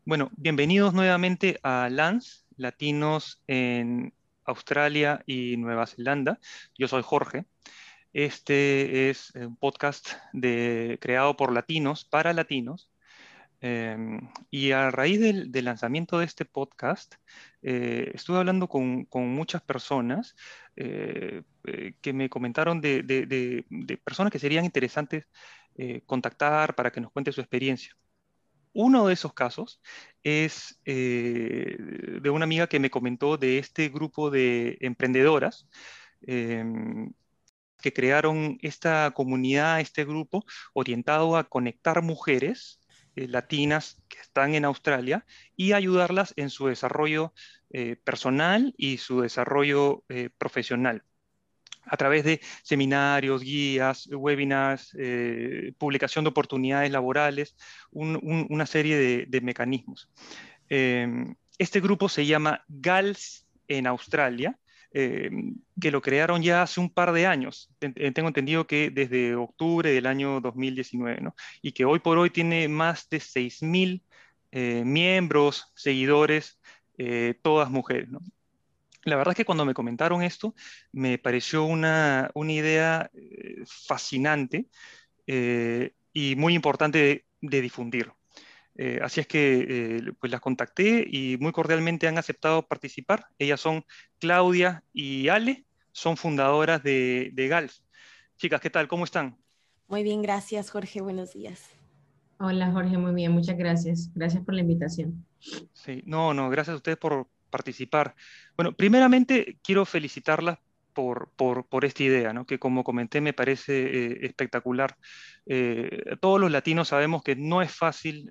Bueno, bienvenidos nuevamente a LANS, Latinos en Australia y Nueva Zelanda. Yo soy Jorge. Este es un podcast creado por latinos para latinos. Y a raíz del lanzamiento de este podcast, estuve hablando con muchas personas que me comentaron de personas que serían interesantes contactar para que nos cuente su experiencia. Uno de esos casos es de una amiga que me comentó de este grupo de emprendedoras em, que crearon esta comunidad, este grupo orientado a conectar mujeres latinas que están en Australia y ayudarlas en su desarrollo personal y su desarrollo profesional a través de seminarios, guías, webinars, publicación de oportunidades laborales, una serie de mecanismos. Este grupo se llama GALS en Australia, eh, que lo crearon ya hace un par de años. Tengo entendido que desde octubre del año 2019, ¿no? Y que hoy por hoy tiene más de 6.000 miembros, seguidores, todas mujeres, ¿no? La verdad es que cuando me comentaron esto, me pareció una idea fascinante y muy importante de difundir. Así es que pues las contacté y muy cordialmente han aceptado participar. Ellas son Claudia y Ale, son fundadoras de GALS. Chicas, ¿qué tal? ¿Cómo están? Muy bien, gracias, Jorge. Buenos días. Hola Jorge, muy bien, muchas gracias. Gracias por la invitación. Sí, no, gracias a ustedes por participar. Bueno, primeramente quiero felicitarlas por esta idea, ¿no? Que como comenté me parece espectacular. Todos los latinos sabemos que no es fácil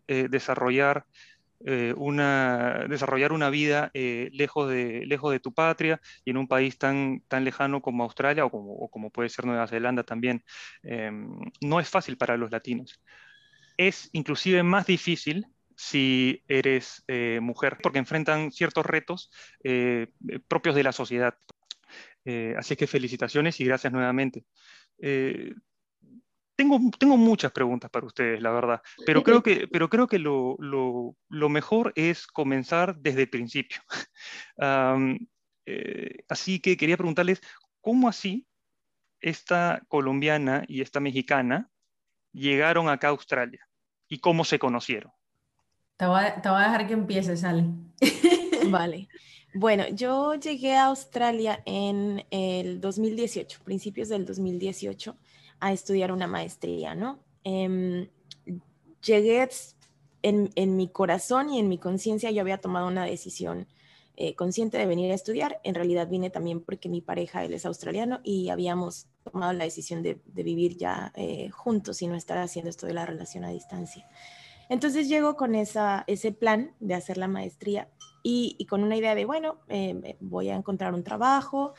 desarrollar una vida lejos de tu patria y en un país tan lejano como Australia o como puede ser Nueva Zelanda también. No es fácil para los latinos. Es inclusive más difícil si eres mujer, porque enfrentan ciertos retos propios de la sociedad. Así que felicitaciones y gracias nuevamente. Eh, tengo muchas preguntas para ustedes, la verdad, pero creo que lo mejor es comenzar desde el principio. Am, Así que quería preguntarles, ¿cómo así esta colombiana y esta mexicana llegaron acá a Australia? ¿Y cómo se conocieron? Te voy a dejar que empieces, Sale. Vale. Bueno, yo llegué a Australia en el 2018, principios del 2018, a estudiar una maestría, ¿no? Llegué en mi corazón y en mi conciencia, yo había tomado una decisión consciente de venir a estudiar. En realidad vine también porque mi pareja, él es australiano y habíamos tomado la decisión de vivir ya juntos y no estar haciendo esto de la relación a distancia. Entonces llego con ese plan de hacer la maestría y con una idea de, bueno, voy a encontrar un trabajo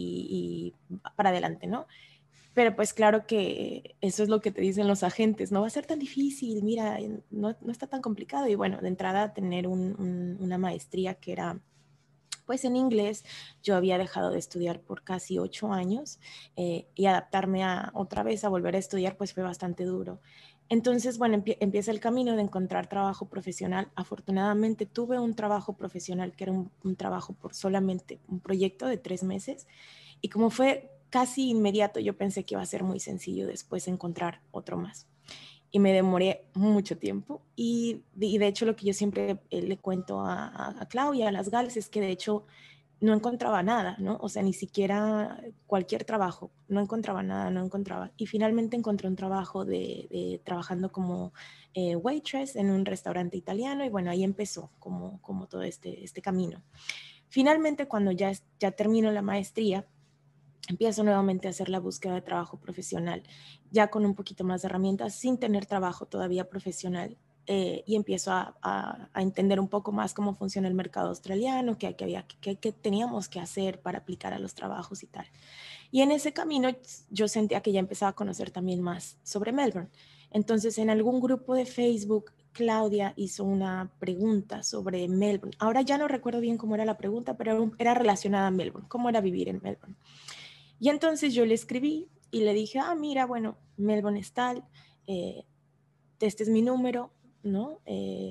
y para adelante, ¿no? Pero pues claro que eso es lo que te dicen los agentes, no va a ser tan difícil, mira, no está tan complicado. Y bueno, de entrada tener una maestría que era pues en inglés, yo había dejado de estudiar por casi 8 años y adaptarme a otra vez a volver a estudiar pues fue bastante duro. Entonces, bueno, empieza el camino de encontrar trabajo profesional. Afortunadamente tuve un trabajo profesional que era un trabajo por solamente un proyecto de 3 meses y como fue casi inmediato, yo pensé que iba a ser muy sencillo después encontrar otro más y me demoré mucho tiempo. Y de hecho lo que yo siempre le cuento a Claudia, a las Gales, es que de hecho no encontraba nada, ¿no? O sea, ni siquiera cualquier trabajo, no encontraba nada, no encontraba. Y finalmente encontré un trabajo trabajando como waitress en un restaurante italiano y bueno, ahí empezó como todo este camino. Finalmente, cuando ya termino la maestría, empiezo nuevamente a hacer la búsqueda de trabajo profesional, ya con un poquito más de herramientas, sin tener trabajo todavía profesional. Y empiezo a entender un poco más cómo funciona el mercado australiano, qué teníamos que hacer para aplicar a los trabajos y tal. Y en ese camino yo sentía que ya empezaba a conocer también más sobre Melbourne. Entonces, en algún grupo de Facebook, Claudia hizo una pregunta sobre Melbourne. Ahora ya no recuerdo bien cómo era la pregunta, pero era relacionada a Melbourne, cómo era vivir en Melbourne. Y entonces yo le escribí y le dije, mira, bueno, Melbourne es tal, este es mi número, ¿no?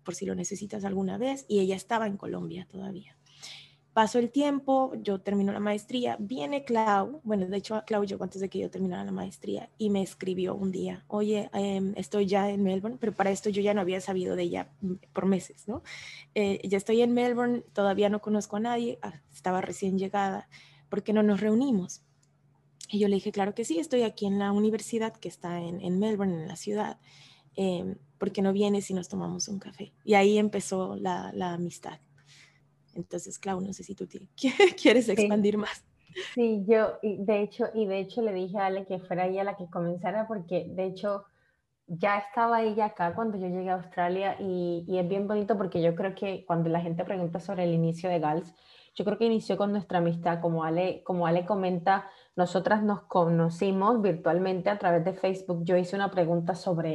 por si lo necesitas alguna vez, y ella estaba en Colombia todavía. Pasó el tiempo, yo termino la maestría, viene Clau, bueno, de hecho Clau llegó antes de que yo terminara la maestría y me escribió un día, oye, estoy ya en Melbourne, pero para esto yo ya no había sabido de ella por meses, ¿no? Ya estoy en Melbourne, todavía no conozco a nadie, estaba recién llegada, ¿por qué no nos reunimos? Y yo le dije, claro que sí, estoy aquí en la universidad que está en Melbourne, en la ciudad, ¿por qué no vienes y nos tomamos un café? Y ahí empezó la amistad. Entonces, Clau, no sé si tú quieres Sí, expandir más. sí, y de hecho le dije a Ale que fuera ella la que comenzara porque de hecho ya estaba ella acá cuando yo llegué a Australia y es bien bonito porque yo creo que cuando la gente pregunta sobre el inicio de GALS, yo creo que inició con nuestra amistad, como Ale comenta, nosotras nos conocimos virtualmente a través de Facebook. Yo hice una pregunta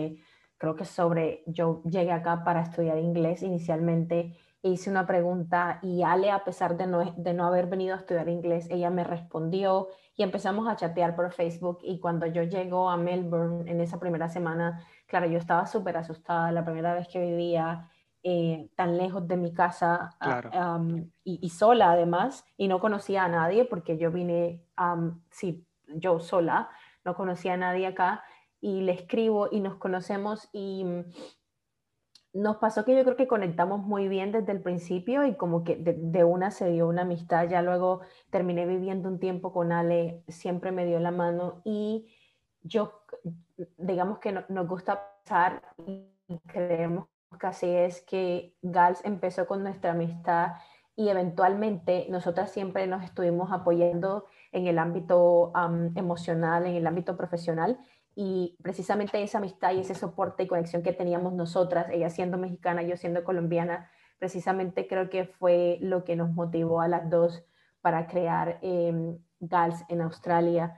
yo llegué acá para estudiar inglés inicialmente, hice una pregunta y Ale, a pesar de no haber venido a estudiar inglés, ella me respondió y empezamos a chatear por Facebook y cuando yo llego a Melbourne en esa primera semana, claro, yo estaba súper asustada, la primera vez que vivía tan lejos de mi casa Claro. y sola además, y no conocía a nadie porque yo vine, sí, yo sola, no conocía a nadie acá, y le escribo y nos conocemos y nos pasó que yo creo que conectamos muy bien desde el principio y como que de una se dio una amistad, ya luego terminé viviendo un tiempo con Ale, siempre me dio la mano y yo, digamos que nos gusta pasar y creemos que así es que GALS empezó con nuestra amistad y eventualmente nosotras siempre nos estuvimos apoyando en el ámbito emocional, en el ámbito profesional y precisamente esa amistad y ese soporte y conexión que teníamos nosotras, ella siendo mexicana, yo siendo colombiana, precisamente creo que fue lo que nos motivó a las dos para crear GALS en Australia.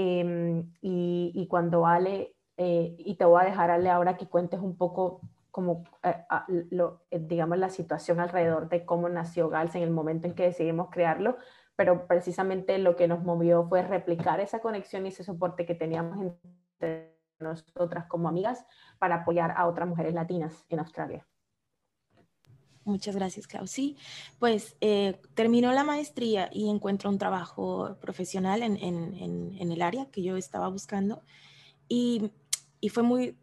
Y cuando Ale, y te voy a dejar Ale ahora que cuentes un poco como, digamos, la situación alrededor de cómo nació GALS en el momento en que decidimos crearlo, pero precisamente lo que nos movió fue replicar esa conexión y ese soporte que teníamos entre nosotras como amigas para apoyar a otras mujeres latinas en Australia. Muchas gracias, Clau. Sí, pues terminó la maestría y encuentro un trabajo profesional en el área que yo estaba buscando y fue muy,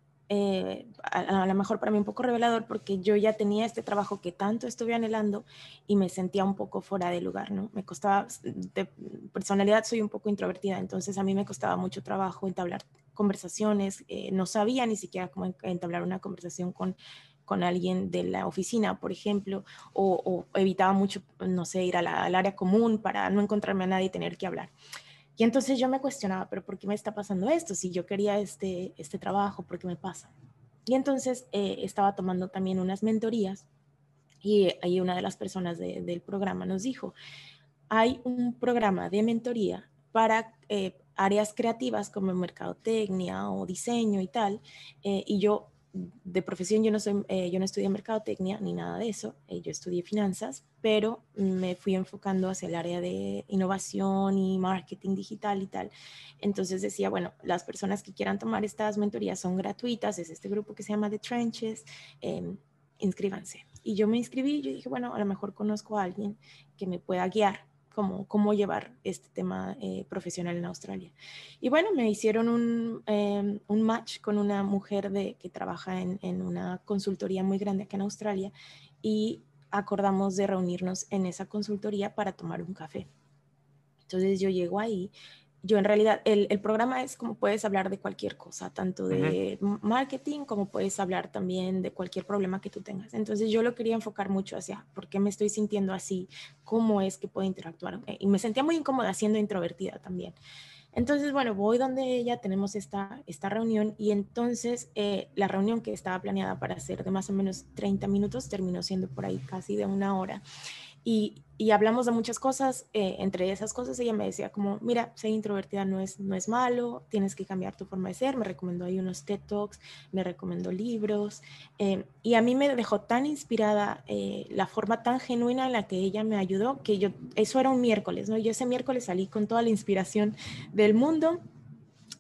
a lo mejor para mí un poco revelador porque yo ya tenía este trabajo que tanto estuve anhelando y me sentía un poco fuera de lugar, ¿no? Me costaba, de personalidad soy un poco introvertida, entonces a mí me costaba mucho trabajo entablar conversaciones, no sabía ni siquiera cómo entablar una conversación con alguien de la oficina, por ejemplo, o evitaba mucho, no sé, ir al área común para no encontrarme a nadie y tener que hablar. Y entonces yo me cuestionaba, pero ¿por qué me está pasando esto? Si yo quería este trabajo, ¿por qué me pasa? Y entonces estaba tomando también unas mentorías y ahí una de las personas del programa nos dijo, hay un programa de mentoría para áreas creativas como mercadotecnia o diseño y tal, y yo de profesión yo no estudié mercadotecnia ni nada de eso, yo estudié finanzas, pero me fui enfocando hacia el área de innovación y marketing digital y tal. Entonces decía, bueno, las personas que quieran tomar estas mentorías son gratuitas, es este grupo que se llama The Trenches, inscríbanse. Y yo me inscribí, yo dije, bueno, a lo mejor conozco a alguien que me pueda guiar cómo llevar este tema profesional en Australia. Y bueno, me hicieron un match con una mujer que trabaja en una consultoría muy grande acá en Australia y acordamos de reunirnos en esa consultoría para tomar un café. Entonces yo llego ahí. Yo en realidad, el programa es como puedes hablar de cualquier cosa, tanto de marketing como puedes hablar también de cualquier problema que tú tengas. Entonces yo lo quería enfocar mucho hacia por qué me estoy sintiendo así, cómo es que puedo interactuar. Y me sentía muy incómoda siendo introvertida también. Entonces, bueno, voy donde ella, tenemos esta reunión y entonces la reunión que estaba planeada para ser de más o menos 30 minutos terminó siendo por ahí casi de una hora. Y hablamos de muchas cosas, entre esas cosas ella me decía como, mira, ser introvertida no es malo, tienes que cambiar tu forma de ser, me recomendó ahí unos TED Talks, me recomendó libros, y a mí me dejó tan inspirada la forma tan genuina en la que ella me ayudó, que eso era un miércoles, ¿no? Yo ese miércoles salí con toda la inspiración del mundo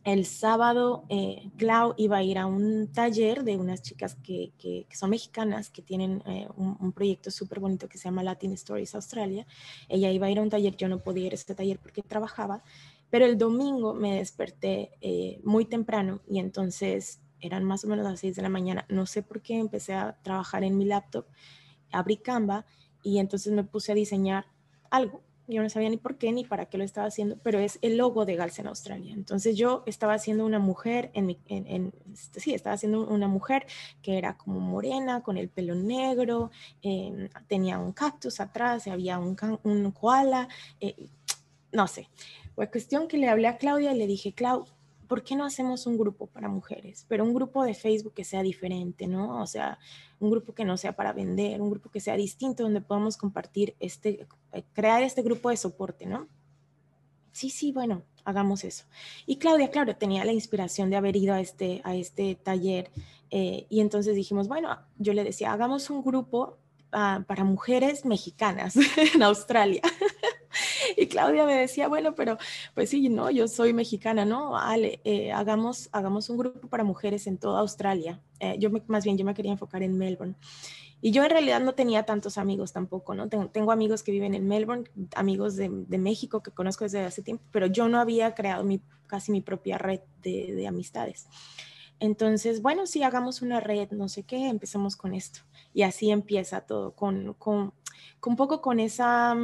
el sábado, Clau iba a ir a un taller de unas chicas que son mexicanas, que tienen un proyecto súper bonito que se llama Latin Stories Australia. Ella iba a ir a un taller, yo no podía ir a este taller porque trabajaba, pero el domingo me desperté muy temprano y entonces eran más o menos las 6 de la mañana. No sé por qué empecé a trabajar en mi laptop, abrí Canva y entonces me puse a diseñar algo. Yo no sabía ni por qué ni para qué lo estaba haciendo, pero es el logo de Gals en Australia. Entonces yo estaba haciendo una mujer, sí, estaba haciendo una mujer que era como morena, con el pelo negro, tenía un cactus atrás, había un koala, no sé. Pues cuestión que le hablé a Claudia y le dije, Clau, ¿por qué no hacemos un grupo para mujeres? Pero un grupo de Facebook que sea diferente, ¿no? O sea, un grupo que no sea para vender, un grupo que sea distinto, donde podamos compartir crear este grupo de soporte, ¿no? Sí, sí, bueno, hagamos eso. Y Claudia, claro, tenía la inspiración de haber ido a este taller y entonces dijimos, bueno, yo le decía, hagamos un grupo para mujeres mexicanas en Australia. Y Claudia me decía, bueno, pero pues sí, no, yo soy mexicana, ¿no? Ale, hagamos un grupo para mujeres en toda Australia. Más bien, yo me quería enfocar en Melbourne. Y yo en realidad no tenía tantos amigos tampoco, ¿no? Tengo amigos que viven en Melbourne, amigos de México que conozco desde hace tiempo, pero yo no había creado casi mi propia red de amistades. Entonces, bueno, sí, hagamos una red, no sé qué, empecemos con esto. Y así empieza todo, con un poco con esa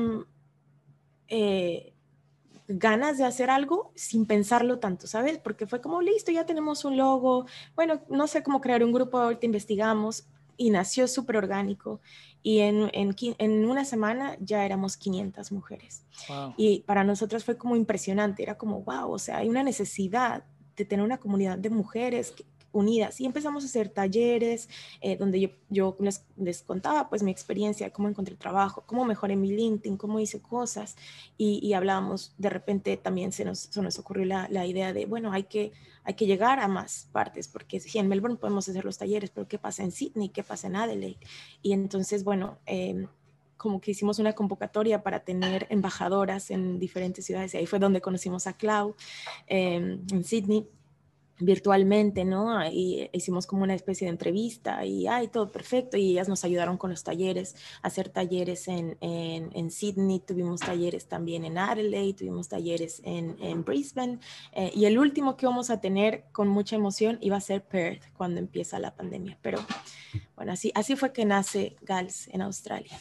eh, ganas de hacer algo sin pensarlo tanto, ¿sabes? Porque fue como, listo, ya tenemos un logo, bueno, no sé cómo crear un grupo, ahorita investigamos y nació súper orgánico y en una semana ya éramos 500 mujeres. Wow. Y para nosotros fue como impresionante, era como, wow, o sea, hay una necesidad de tener una comunidad de mujeres unidas y empezamos a hacer talleres donde yo les contaba pues mi experiencia, cómo encontré trabajo, cómo mejoré mi LinkedIn, cómo hice cosas y hablábamos, de repente también se nos ocurrió la idea de, bueno, hay que llegar a más partes, porque si en Melbourne podemos hacer los talleres, pero ¿qué pasa en Sydney? ¿Qué pasa en Adelaide? Y entonces, bueno, como que hicimos una convocatoria para tener embajadoras en diferentes ciudades y ahí fue donde conocimos a Clau en Sydney virtualmente, ¿no? Y hicimos como una especie de entrevista y todo perfecto y ellas nos ayudaron con los talleres, a hacer talleres en Sydney, tuvimos talleres también en Adelaide, tuvimos talleres en Brisbane y el último que vamos a tener con mucha emoción iba a ser Perth cuando empieza la pandemia, pero bueno, así fue que nace Gals en Australia.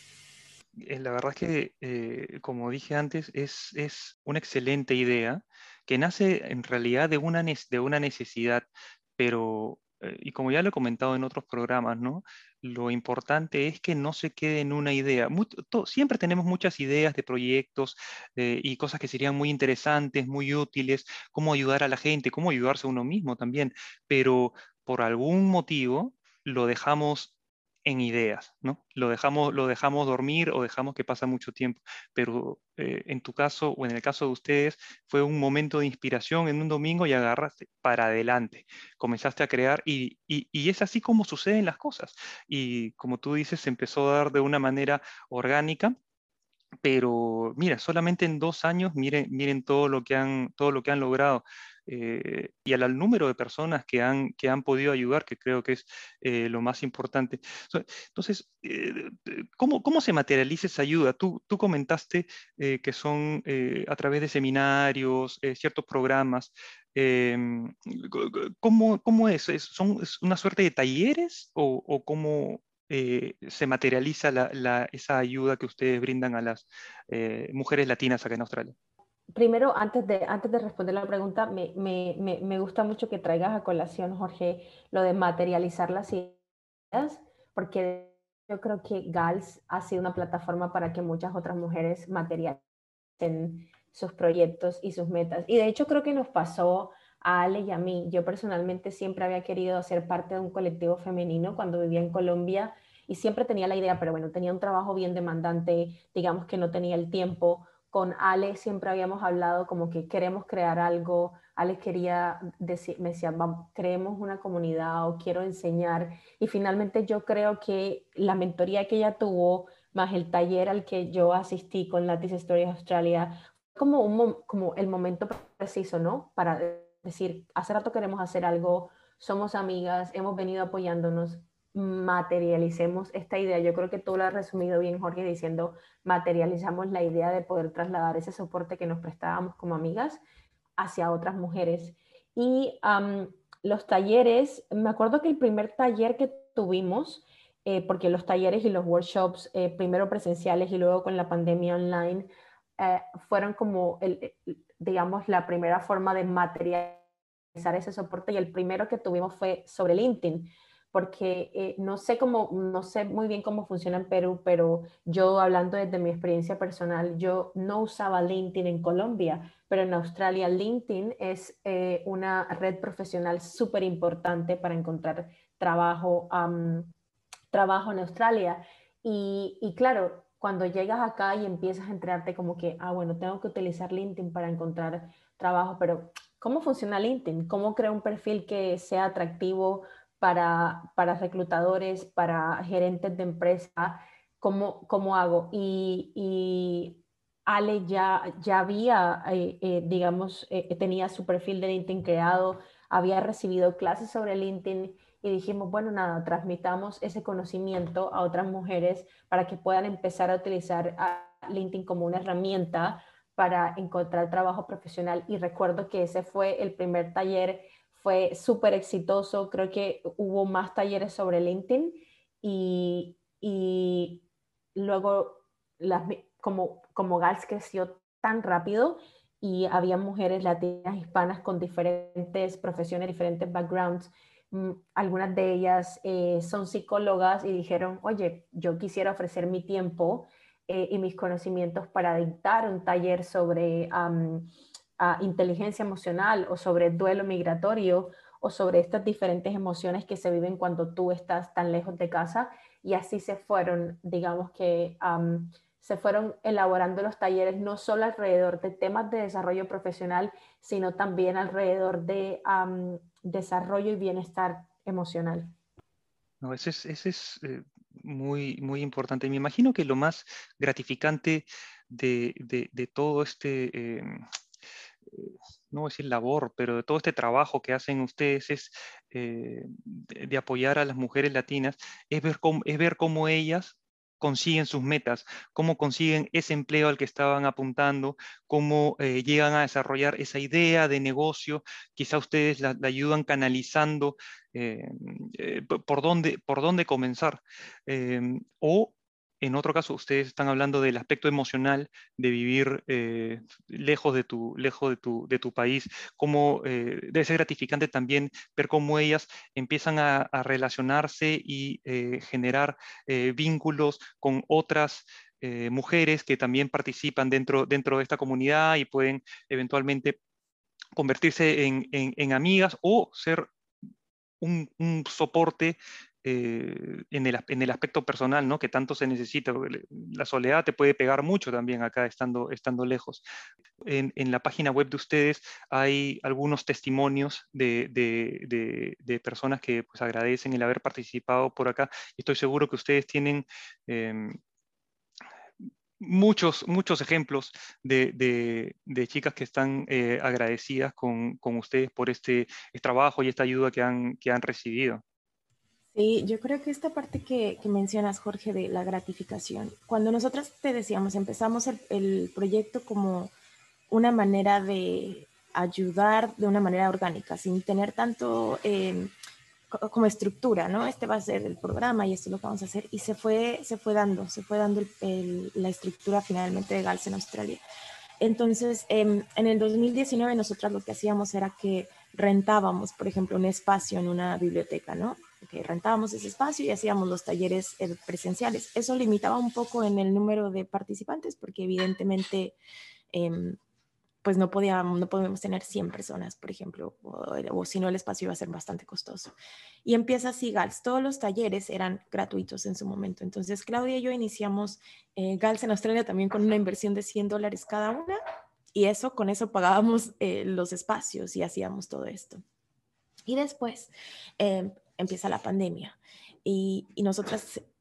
La verdad es que, como dije antes, es una excelente idea que nace en realidad de una necesidad, pero, y como ya lo he comentado en otros programas, ¿no? Lo importante es que no se quede en una idea. Siempre tenemos muchas ideas de proyectos y cosas que serían muy interesantes, muy útiles, cómo ayudar a la gente, cómo ayudarse a uno mismo también, pero por algún motivo lo dejamos en ideas, ¿no? Lo dejamos dormir o dejamos que pasa mucho tiempo. Pero en tu caso o en el caso de ustedes fue un momento de inspiración en un domingo y agarraste para adelante. Comenzaste a crear y es así como suceden las cosas. Y como tú dices, se empezó a dar de una manera orgánica. Pero mira, solamente en 2 años, miren todo lo que han logrado y al número de personas que han podido ayudar, que creo que es lo más importante. Entonces, ¿cómo se materializa esa ayuda? Tú comentaste que son a través de seminarios, ciertos programas. ¿Cómo es? ¿Es una suerte de talleres o cómo se materializa esa ayuda que ustedes brindan a las mujeres latinas acá en Australia? Primero, antes de responder la pregunta, me gusta mucho que traigas a colación, Jorge, lo de materializar las ideas, porque yo creo que GALS ha sido una plataforma para que muchas otras mujeres materialicen sus proyectos y sus metas. Y de hecho creo que nos pasó a Ale y a mí. Yo personalmente siempre había querido ser parte de un colectivo femenino cuando vivía en Colombia y siempre tenía la idea, pero bueno, tenía un trabajo bien demandante, digamos que no tenía el tiempo. Con Ale siempre habíamos hablado como que queremos crear algo. Ale quería decir, me decía, vamos, creemos una comunidad o quiero enseñar. Y finalmente yo creo que la mentoría que ella tuvo, más el taller al que yo asistí con Lattice Stories Australia, como el momento preciso, ¿no? Para decir, hace rato queremos hacer algo, somos amigas, hemos venido apoyándonos, materialicemos esta idea. Yo creo que tú lo has resumido bien, Jorge, diciendo materializamos la idea de poder trasladar ese soporte que nos prestábamos como amigas hacia otras mujeres. Y los talleres, me acuerdo que el primer taller que tuvimos, porque los talleres y los workshops, primero presenciales y luego con la pandemia online, fueron como, digamos, la primera forma de materializar ese soporte, y el primero que tuvimos fue sobre LinkedIn, porque no sé muy bien cómo funciona en Perú, pero yo, hablando desde mi experiencia personal, yo no usaba LinkedIn en Colombia, pero en Australia LinkedIn es una red profesional súper importante para encontrar trabajo, trabajo en Australia. Y claro, cuando llegas acá y empiezas a enterarte como que, bueno, tengo que utilizar LinkedIn para encontrar trabajo, pero ¿cómo funciona LinkedIn? ¿Cómo creo un perfil que sea atractivo para reclutadores, para gerentes de empresa? ¿Cómo hago? Y Ale ya había, digamos, tenía su perfil de LinkedIn creado, había recibido clases sobre LinkedIn, y dijimos, bueno, nada, transmitamos ese conocimiento a otras mujeres para que puedan empezar a utilizar a LinkedIn como una herramienta para encontrar trabajo profesional. Y recuerdo que ese fue el primer taller, fue súper exitoso, creo que hubo más talleres sobre LinkedIn, y luego como GALS creció tan rápido y había mujeres latinas, hispanas con diferentes profesiones, diferentes backgrounds. Algunas de ellas son psicólogas y dijeron, oye, yo quisiera ofrecer mi tiempo y mis conocimientos para dictar un taller sobre inteligencia emocional, o sobre duelo migratorio, o sobre estas diferentes emociones que se viven cuando tú estás tan lejos de casa. Y así se fueron, digamos que se fueron elaborando los talleres, no solo alrededor de temas de desarrollo profesional, sino también alrededor de desarrollo y bienestar emocional. No, ese es muy, muy importante. Me imagino que lo más gratificante de todo este, no voy a decir labor, pero de todo este trabajo que hacen ustedes es de apoyar a las mujeres latinas, es ver cómo ellas consiguen sus metas, cómo consiguen ese empleo al que estaban apuntando, cómo llegan a desarrollar esa idea de negocio. Quizá ustedes la ayudan canalizando eh, por dónde comenzar. O en otro caso, ustedes están hablando del aspecto emocional de vivir lejos de tu país, cómo debe ser gratificante también ver cómo ellas empiezan a relacionarse y generar vínculos con otras mujeres que también participan dentro de esta comunidad y pueden eventualmente convertirse en amigas o ser un soporte en el aspecto personal, ¿no? Que tanto se necesita. La soledad te puede pegar mucho también acá estando lejos. En la página web de ustedes hay algunos testimonios de personas que pues, agradecen el haber participado por acá. Estoy seguro que ustedes tienen muchos, muchos ejemplos de chicas que están agradecidas con ustedes por este trabajo y esta ayuda que han recibido. Sí, yo creo que esta parte que mencionas, Jorge, de la gratificación, cuando nosotras te decíamos, empezamos el proyecto como una manera de ayudar de una manera orgánica, sin tener tanto como estructura, ¿no? Este va a ser el programa y esto es lo que vamos a hacer. Y se fue dando la estructura finalmente de GALS en Australia. Entonces, en el 2019 nosotras lo que hacíamos era que rentábamos, por ejemplo, un espacio en una biblioteca, ¿no? Que rentábamos ese espacio y hacíamos los talleres presenciales. Eso limitaba un poco en el número de participantes porque evidentemente pues no podemos tener 100 personas, por ejemplo, o si no el espacio iba a ser bastante costoso. Y empieza así GALS. Todos los talleres eran gratuitos en su momento. Entonces, Claudia y yo iniciamos GALS en Australia también con una inversión de $100 cada una, y con eso pagábamos los espacios y hacíamos todo esto. Y después empieza la pandemia y nosotras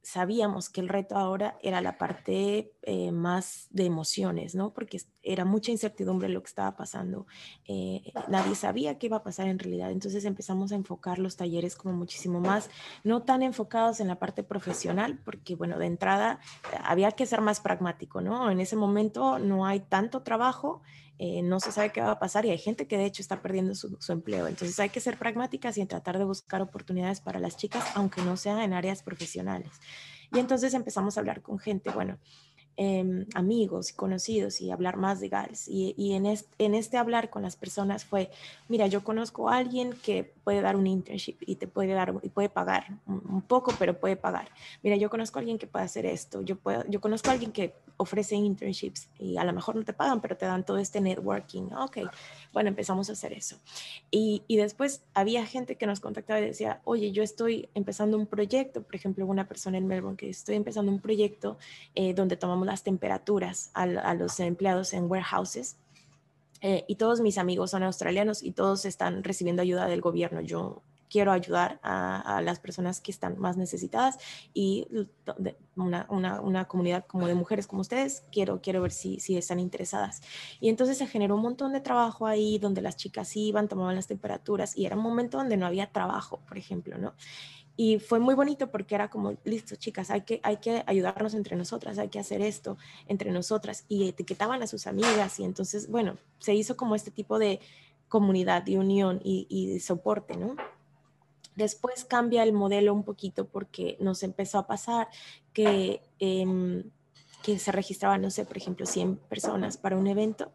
sabíamos que el reto ahora era la parte más de emociones, ¿no? Porque era mucha incertidumbre lo que estaba pasando. Nadie sabía qué iba a pasar en realidad. Entonces empezamos a enfocar los talleres como muchísimo más, no tan enfocados en la parte profesional, porque, bueno, de entrada había que ser más pragmático, ¿no? En ese momento no hay tanto trabajo. No se sabe qué va a pasar y hay gente que de hecho está perdiendo su empleo. Entonces hay que ser pragmáticas y tratar de buscar oportunidades para las chicas, aunque no sean en áreas profesionales. Y entonces empezamos a hablar con gente, bueno, amigos y conocidos y hablar más de GALS. Y en este hablar con las personas fue, mira, yo conozco a alguien que puede dar un internship y te puede dar y puede pagar un poco, pero puede pagar. Mira, yo conozco a alguien que puede hacer esto. Yo conozco a alguien que ofrece internships y a lo mejor no te pagan, pero te dan todo este networking. Ok, bueno, empezamos a hacer eso. Y después había gente que nos contactaba y decía, oye, yo estoy empezando un proyecto, por ejemplo, una persona en Melbourne que estoy empezando un proyecto donde tomamos las temperaturas a los empleados en warehouses. Y todos mis amigos son australianos y todos están recibiendo ayuda del gobierno. Yo quiero ayudar a las personas que están más necesitadas y una comunidad como de mujeres como ustedes, quiero ver si están interesadas. Y entonces se generó un montón de trabajo ahí donde las chicas iban, tomaban las temperaturas y era un momento donde no había trabajo, por ejemplo, ¿no? Y fue muy bonito porque era como, listo, chicas, hay que ayudarnos entre nosotras, hay que hacer esto entre nosotras. Y etiquetaban a sus amigas y entonces, bueno, se hizo como este tipo de comunidad, de unión y de soporte, ¿no? Después cambia el modelo un poquito porque nos empezó a pasar que se registraban, no sé, por ejemplo, 100 personas para un evento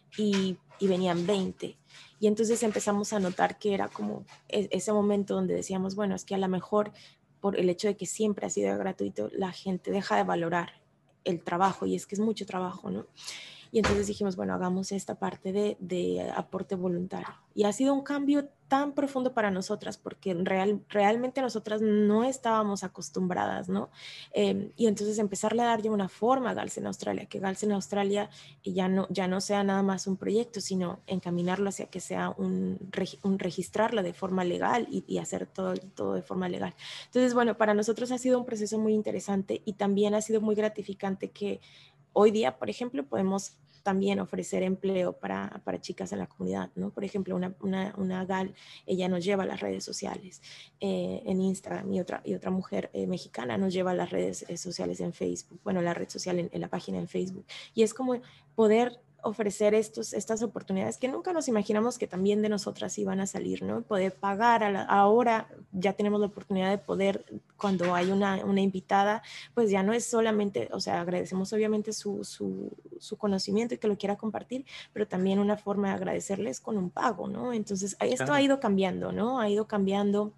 y venían 20. Y entonces empezamos a notar que era como ese momento donde decíamos, bueno, es que a lo mejor por el hecho de que siempre ha sido gratuito, la gente deja de valorar el trabajo y es que es mucho trabajo, ¿no? Y entonces dijimos, bueno, hagamos esta parte de aporte voluntario. Y ha sido un cambio tan profundo para nosotras porque realmente nosotras no estábamos acostumbradas, ¿no? Y entonces empezarle a dar ya una forma a GALS en Australia, que GALS en Australia ya no sea nada más un proyecto, sino encaminarlo hacia que sea un registrarlo de forma legal y hacer todo de forma legal. Entonces, bueno, para nosotros ha sido un proceso muy interesante y también ha sido muy gratificante que hoy día, por ejemplo, podemos también ofrecer empleo para chicas en la comunidad, ¿no? Por ejemplo, una GAL, ella nos lleva a las redes sociales en Instagram y otra mujer mexicana nos lleva a las redes sociales en Facebook, bueno, la red social en la página en Facebook. Y es como poder ofrecer estas oportunidades que nunca nos imaginamos que también de nosotras iban a salir, ¿no? Poder pagar, ahora ya tenemos la oportunidad de poder, cuando hay una invitada, pues ya no es solamente, o sea, agradecemos obviamente su conocimiento y que lo quiera compartir, pero también una forma de agradecerles con un pago, ¿no? Entonces, esto Claro. ha ido cambiando, ¿no? Ha ido cambiando.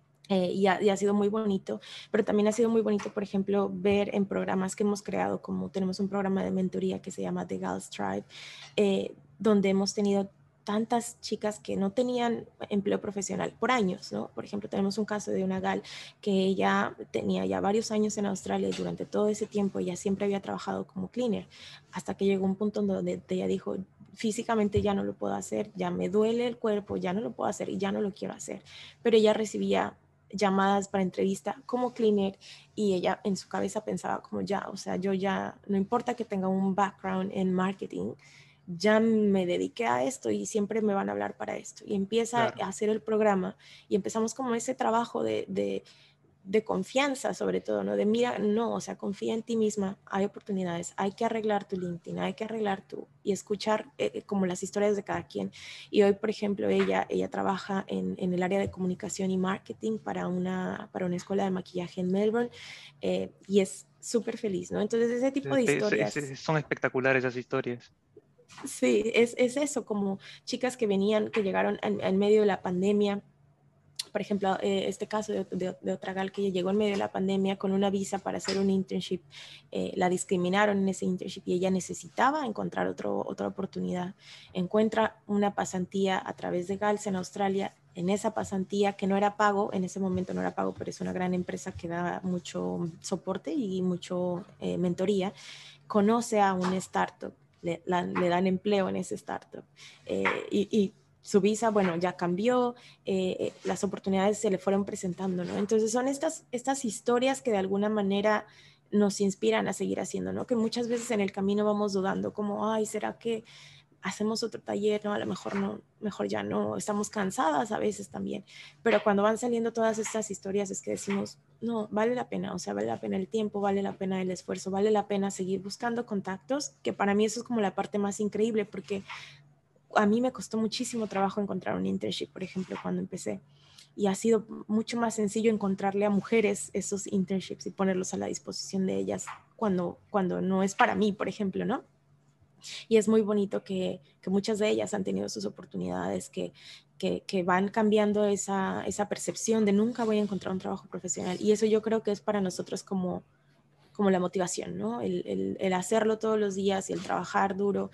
Y ha sido muy bonito, pero también ha sido muy bonito, por ejemplo, ver en programas que hemos creado, como tenemos un programa de mentoría que se llama The Gals Tribe, donde hemos tenido tantas chicas que no tenían empleo profesional por años, ¿no? Por ejemplo, tenemos un caso de una gal que ella tenía ya varios años en Australia y durante todo ese tiempo ella siempre había trabajado como cleaner, hasta que llegó un punto donde ella dijo, físicamente ya no lo puedo hacer, ya me duele el cuerpo, ya no lo puedo hacer y ya no lo quiero hacer, pero ella recibía llamadas para entrevista como cleaner y ella en su cabeza pensaba como ya, o sea, yo ya, no importa que tenga un background en marketing, ya me dediqué a esto y siempre me van a hablar para esto. Y empieza Claro. a hacer el programa y empezamos como ese trabajo de confianza sobre todo, ¿no? De mira, no, o sea, confía en ti misma, hay oportunidades, hay que arreglar tu LinkedIn, hay que arreglar tu, y escuchar como las historias de cada quien. Y hoy, por ejemplo, ella trabaja en el área de comunicación y marketing para una escuela de maquillaje en Melbourne y es súper feliz, ¿no? Entonces, ese tipo de historias... Son espectaculares esas historias. Sí, es eso, como chicas que llegaron en medio de la pandemia. Por ejemplo, este caso de otra gal que llegó en medio de la pandemia con una visa para hacer un internship, la discriminaron en ese internship y ella necesitaba encontrar otra oportunidad. Encuentra una pasantía a través de GALS en Australia. En esa pasantía, que no era pago, en ese momento no era pago, pero es una gran empresa que da mucho soporte y mucho mentoría, conoce a un startup, le dan empleo en ese startup y su visa, bueno, ya cambió, las oportunidades se le fueron presentando, ¿no? Entonces son estas historias que de alguna manera nos inspiran a seguir haciendo, ¿no? Que muchas veces en el camino vamos dudando, como, ay, ¿será que hacemos otro taller? No, a lo mejor no, mejor ya no, estamos cansadas a veces también, pero cuando van saliendo todas estas historias es que decimos, no, vale la pena, o sea, vale la pena el tiempo, vale la pena el esfuerzo, vale la pena seguir buscando contactos, que para mí eso es como la parte más increíble, porque a mí me costó muchísimo trabajo encontrar un internship, por ejemplo, cuando empecé. Y ha sido mucho más sencillo encontrarle a mujeres esos internships y ponerlos a la disposición de ellas cuando no es para mí, por ejemplo, ¿no? Y es muy bonito que muchas de ellas han tenido sus oportunidades, que van cambiando esa percepción de nunca voy a encontrar un trabajo profesional. Y eso yo creo que es para nosotros como la motivación, ¿no? El hacerlo todos los días y el trabajar duro.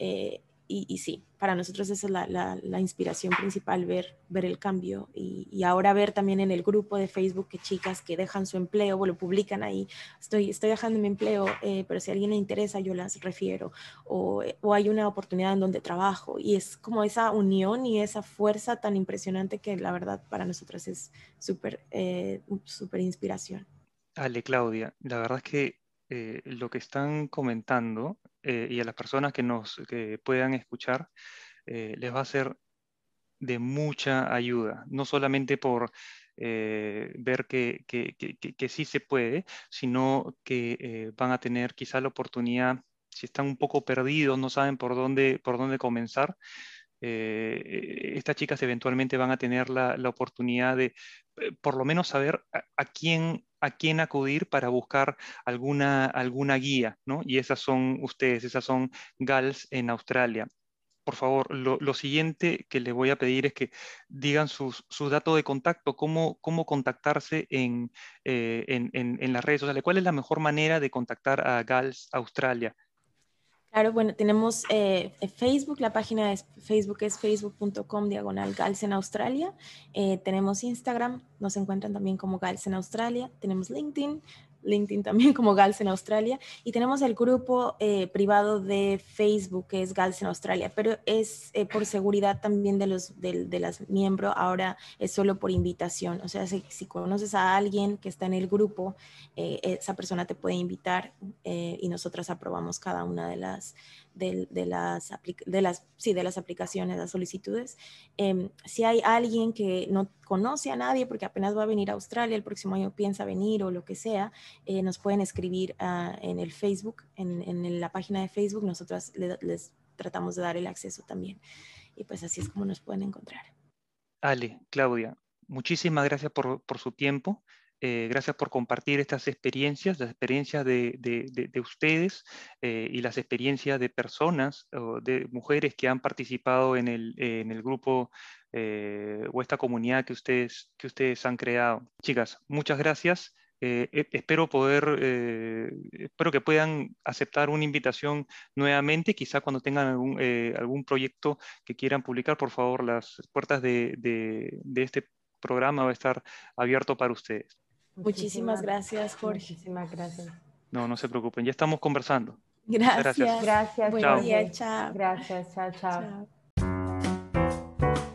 Y sí, para nosotros esa es la inspiración principal, ver el cambio. Y ahora ver también en el grupo de Facebook que chicas que dejan su empleo, o lo publican ahí, estoy dejando mi empleo, pero si a alguien le interesa yo las refiero, o hay una oportunidad en donde trabajo. Y es como esa unión y esa fuerza tan impresionante que la verdad para nosotras es súper inspiración. Ale, Claudia, la verdad es que lo que están comentando y a las personas que puedan escuchar les va a ser de mucha ayuda, no solamente por ver que sí se puede, sino que van a tener quizá la oportunidad, si están un poco perdidos, no saben por dónde comenzar, estas chicas eventualmente van a tener la oportunidad de por lo menos saber a quién acudir para buscar alguna guía, ¿no? Y esas son ustedes, esas son GALS en Australia. Por favor, lo siguiente que les voy a pedir es que digan sus datos de contacto, cómo contactarse en las redes sociales. ¿Cuál es la mejor manera de contactar a GALS Australia? Claro, bueno, tenemos Facebook, la página de Facebook es facebook.com/Gals en Australia. Tenemos Instagram, nos encuentran también como Gals en Australia. Tenemos LinkedIn también como Gals en Australia. Y tenemos el grupo privado de Facebook que es Gals en Australia, pero es por seguridad también de las miembros, ahora es solo por invitación. O sea, si conoces a alguien que está en el grupo, esa persona te puede invitar y nosotras aprobamos cada una de las aplicaciones, las solicitudes. Si hay alguien que no conoce a nadie porque apenas va a venir a Australia, el próximo año piensa venir o lo que sea, nos pueden escribir en el Facebook, en la página de Facebook, nosotros les tratamos de dar el acceso también. Y pues así es como nos pueden encontrar. Ale, Claudia, muchísimas gracias por su tiempo. Gracias por compartir estas experiencias, las experiencias de ustedes y las experiencias de personas o de mujeres que han participado en el grupo o esta comunidad que ustedes han creado. Chicas, muchas gracias. Espero que puedan aceptar una invitación nuevamente, quizá cuando tengan algún proyecto que quieran publicar. Por favor, las puertas de este programa va a estar abierto para ustedes. Muchísimas gracias, Jorge. Muchísimas gracias. No se preocupen, ya estamos conversando. Gracias. Gracias, Buen Chao. día, chao. Gracias, chao. Chao.